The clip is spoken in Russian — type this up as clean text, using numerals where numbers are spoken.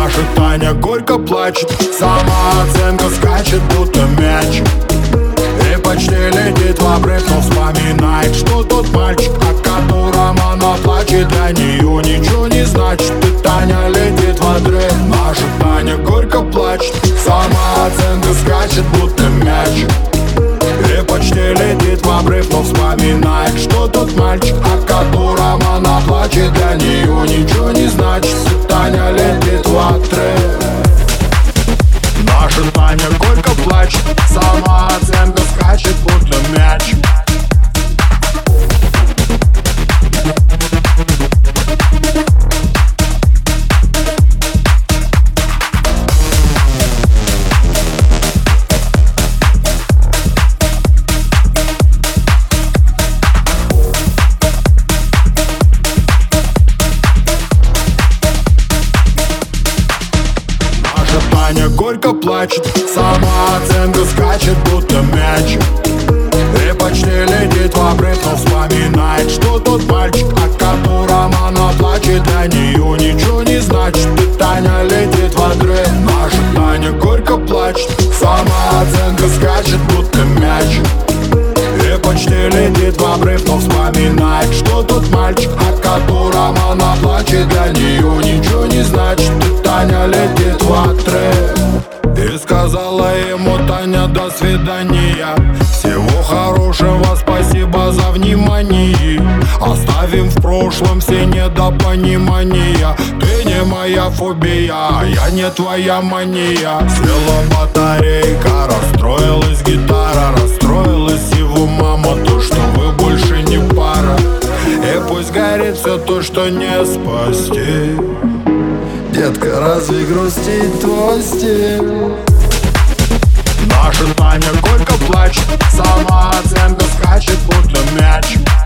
Наша Таня горько плачет, самооценка скачет, будто мяч. И почти летит в обрыв, но вспоминает, что тот мальчик, о котором она плачет, для нее ничего не значит. И Таня летит в отрыв. Наша Таня горько плачет, самооценка скачет, будто мяч. И почти летит в обрыв, но вспоминает, что тот мальчик, о котором она плачет, для нее ничего не значит. И Таня летит в отрыв. Наша Таня горько плачет, самооценка скачет, будто мяч. Таня горько плачет, самооценка скачет, будто мяч. И почти летит в обрыв, но вспоминает, что тот мальчик, о котором она плачет, для нее ничего не значит. И Таня летит в отрыв. Наша Таня горько плачет, самооценка скачет, будто мяч. И почти летит в обрыв, но вспоминает, что тот мальчик, о котором она плачет, для нее ничего не значит. И Таня летит в отрыв. И сказала ему Таня: до свидания, всего хорошего, спасибо за внимание. Оставим в прошлом все недопонимания. Ты не моя фобия, я не твоя мания. Села батарейка, расстроилась гитара, расстроилась его мама, то, что вы больше не пара. И пусть горит все то, что не спасти. Детка, разве грустит твой стиль? Наша Таня горько плачет, самооценка скачет, будто мяч.